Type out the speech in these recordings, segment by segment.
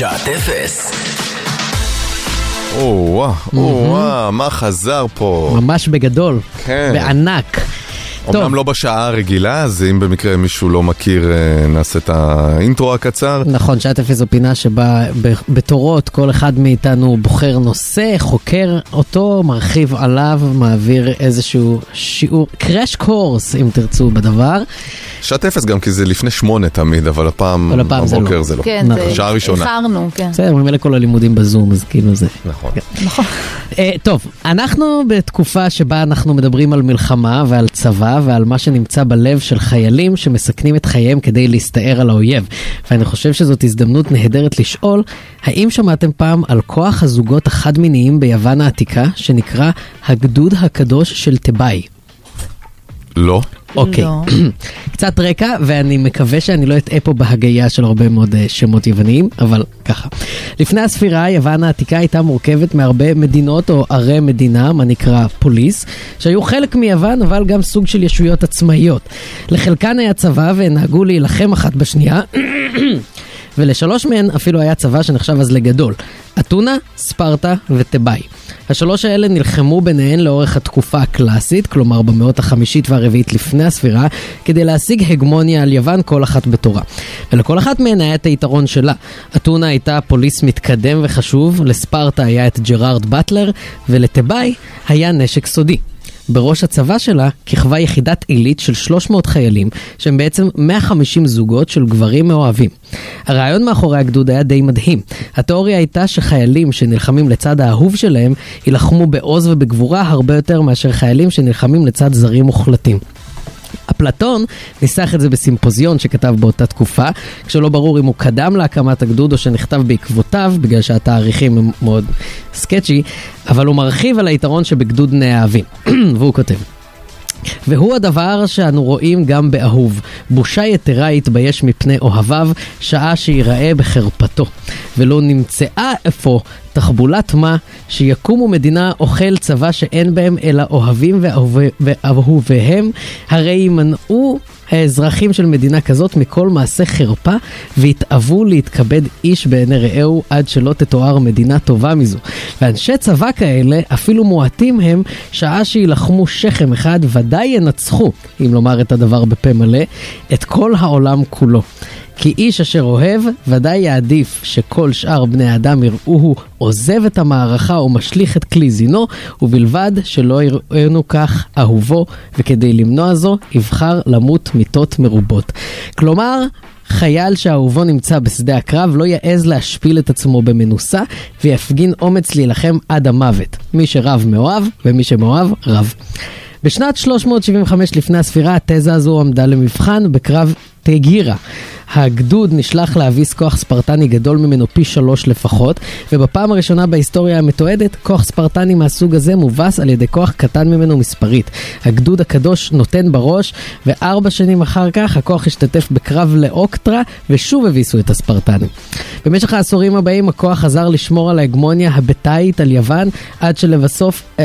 שעת אפס. מה חזר פה? ממש בגדול, בענק. אומנם לא בשעה הרגילה, אז אם במקרה מישהו לא מכיר, נעשה את האינטרו הקצר. נכון, שעת אפס זו פינה שבה בתורות כל אחד מאיתנו בוחר נושא, חוקר אותו, מרחיב עליו, מעביר איזשהו שיעור, קראש קורס אם תרצו בדבר. שעת אפס גם כי זה לפני 8 תמיד, אבל הפעם בבוקר זה לא. כן, שעה ראשונה. איחרנו, כן. בסדר, ממילא כל הלימודים בזום, אז כאילו זה. נכון. טוב, אנחנו בתקופה שבה אנחנו מדברים על מלחמה ועל צבא ועל מה שנמצא בלב של חיילים שמסכנים את חייהם כדי להסתער על האויב. ואני חושב שזאת הזדמנות נהדרת לשאול, האם שמעתם פעם על כוח הזוגות החד-מיניים ביוון העתיקה, שנקרא הגדוד הקדוש של תבאי? לא. אוקיי, קצת רקע, ואני מקווה שאני לא אטעה פה בהגייה של הרבה מאוד שמות יווניים, אבל ככה. לפני הספירה, יוון העתיקה הייתה מורכבת מהרבה מדינות או ערי מדינה, מה נקרא פוליס, שהיו חלק מיוון, אבל גם סוג של ישויות עצמאיות. לחלקן היה צבא והן נהגו להילחם אחת בשנייה, ולשלוש מהן אפילו היה צבא שנחשב אז לגדול. אתונה, ספרטה ותבאי. השלוש האלה נלחמו ביניהן לאורך התקופה הקלאסית, כלומר במאות החמישית והרביעית לפני הספירה, כדי להשיג הגמוניה על יוון כל אחת בתורה. ולכל אחת מהן היה את היתרון שלה. אתונה הייתה פוליס מתקדם וחשוב, לספרטה היה את ג'רארד באטלר, ולתבאי היה נשק סודי. בראש הצבא שלה כיכבה יחידת עילית של 300 חיילים, שהם בעצם 150 זוגות של גברים מאוהבים. הרעיון מאחורי הגדוד היה די מדהים. התיאוריה הייתה שחיילים שנלחמים לצד האהוב שלהם, ילחמו בעוז ובגבורה הרבה יותר מאשר חיילים שנלחמים לצד זרים מוחלטים. אפלטון ניסח את זה בסימפוזיון שכתב באותה תקופה, כשלא ברור אם הוא קדם להקמת הגדוד או שנכתב בעקבותיו, בגלל שהתאריכים הם מאוד סקצ'י, אבל הוא מרחיב על היתרון שבגדוד נאהבים. והוא כותב: והוא הדבר שאנו רואים גם באהוב. בושה יתרה יתבייש מפני אוהביו, שעה שיראה בחרפתו. ולא נמצאה אפוא תחבולת מה שיקומו מדינה אוכל צבא שאין בהם אלא אוהבים ואהוביהם, הרי ימנעו האזרחים של מדינה כזאת מכל מעשה חרפה, והתאהבו להתכבד איש בעיני רעהו עד שלא תתואר מדינה טובה מזו. ואנשי צבא כאלה, אפילו מועטים הם, שעה שילחמו שכם אחד, ודאי ינצחו, אם לומר את הדבר בפה מלא, את כל העולם כולו. כי איש אשר אוהב, ודאי יעדיף שכל שאר בני האדם יראוהו עוזב את המערכה ומשליך את כלי זינו, ובלבד שלא יראינו כך אהובו, וכדי למנוע זו, יבחר למות מיתות מרובות. כלומר, חייל שאהובו נמצא בשדה הקרב לא יעז להשפיל את עצמו במנוסה, ויפגין אומץ להילחם עד המוות. מי שרב מאוהב, ומי שמאוהב רב. בשנת 375 לפני הספירה, התזה הזו עמדה למבחן בקרב תגירה. הגדוד נשלח להביס כוח ספרטני גדול ממנו פי 3 לפחות, ובפעם הראשונה בהיסטוריה המתועדת, כוח ספרטני מהסוג הזה מובס על ידי כוח קטן ממנו מספרית. הגדוד הקדוש נותן בראש, ו4 שנים אחר כך הכוח השתתף בקרב לאוקטרה, ושוב הביסו את הספרטנים. במשך העשורים הבאים הכוח חזר לשמור על ההגמוניה הבטאית על יוון, עד שלבסוף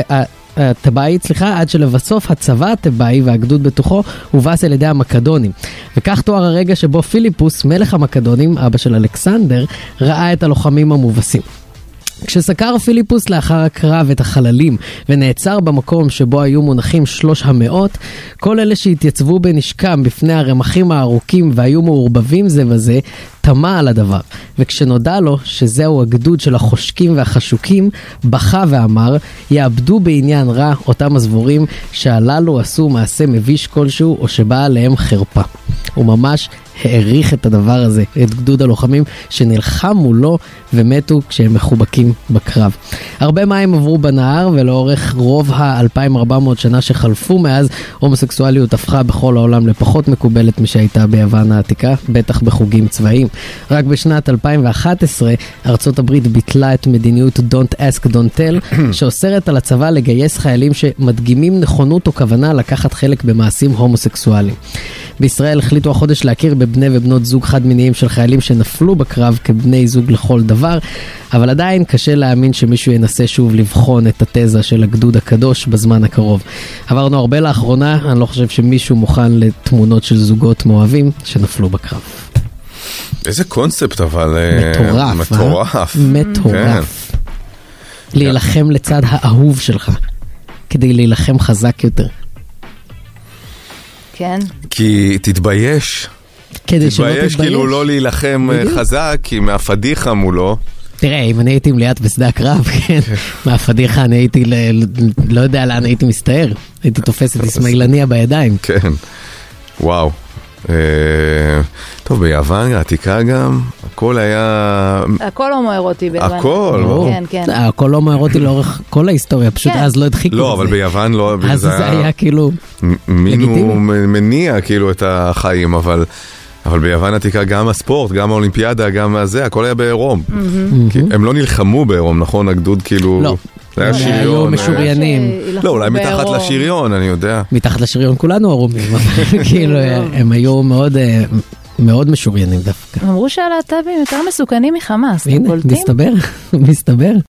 עד שלבסוף הצבא הטבאי והגדוד בתוכו הובס על ידי המקדונים. וכך תואר הרגע שבו פיליפוס, מלך המקדונים, אבא של אלכסנדר, ראה את הלוחמים המובסים. כשסקר פיליפוס לאחר הקרב את החללים ונעצר במקום שבו היו מונחים 300, כל אלה שהתייצבו בנשקם בפני הרמחים הארוכים והיו מעורבבים זה וזה, תמה על הדבר. וכשנודע לו שזהו הגדוד של החושקים והחשוקים, בכה ואמר, יאבדו בעניין רע אותם הסבורים שהללו עשו מעשה מביש כלשהו או שבא עליהם חרפה. הוא ממש העריך את הדבר הזה, את גדוד הלוחמים שנלחם מולו ומתו כשהם מחובקים בקרב. הרבה מים עברו בנהר, ולאורך רוב ה-2400 שנה שחלפו מאז, הומוסקסואליות הפכה בכל העולם לפחות מקובלת משהייתה ביוון העתיקה, בטח בחוגים צבאיים. רק בשנת 2011 ארצות הברית ביטלה את מדיניות Don't Ask Don't Tell, שאוסרת על הצבא לגייס חיילים שמדגימים נכונות או כוונה לקחת חלק במעשים הומוסקסואליים. בישראל החליטו החודש להכיר בבני ובנות זוג חד מיניים של חיילים שנפלו בקרב כבני זוג לכל דבר, אבל עדיין קשה להאמין שמישהו ינסה שוב לבחון את התזה של הגדוד הקדוש בזמן הקרוב. עברנו הרבה לאחרונה, אני לא חושב שמישהו מוכן לתמונות של זוגות מאוהבים שנפלו בקרב. איזה קונספט אבל... מטורף. מטורף. מטורף. להילחם לצד האהוב שלך, כדי להילחם חזק יותר. כן. כי תתבייש. כדי שלא תתבייש כאילו לא להילחם חזק, כי מהפדיחה מולו. תראה, אם אני הייתי עם ליאת בשדה הקרב, כן, מהפדיחה אני הייתי, לא יודע לאן הייתי מסתער. הייתי תופס את אסמאעילניה בידיים. כן, וואו. טוב, ביוון העתיקה גם, הכל היה... הכל הומואירוטי ביוון. הכל, כן, כן. הכל הומואירוטי לאורך כל ההיסטוריה, פשוט אז לא הדחיקו את זה. לא, אבל ביוון לא... אז זה היה כאילו... מינו מניע כאילו את החיים, אבל ביוון העתיקה גם הספורט, גם האולימפיאדה, גם זה, הכל היה בעירום. הם לא נלחמו בעירום, נכון? הגדוד כאילו... לא. זה היה שריון. היו משוריינים. לא, אולי מתחת לשריון, אני יודע. מתחת לשריון כולנו ערומים, אבל כאילו הם היו מאוד משוריינים דווקא. אמרו שהלהט"בים יותר מסוכנים מחמאס. הנה, מסתבר.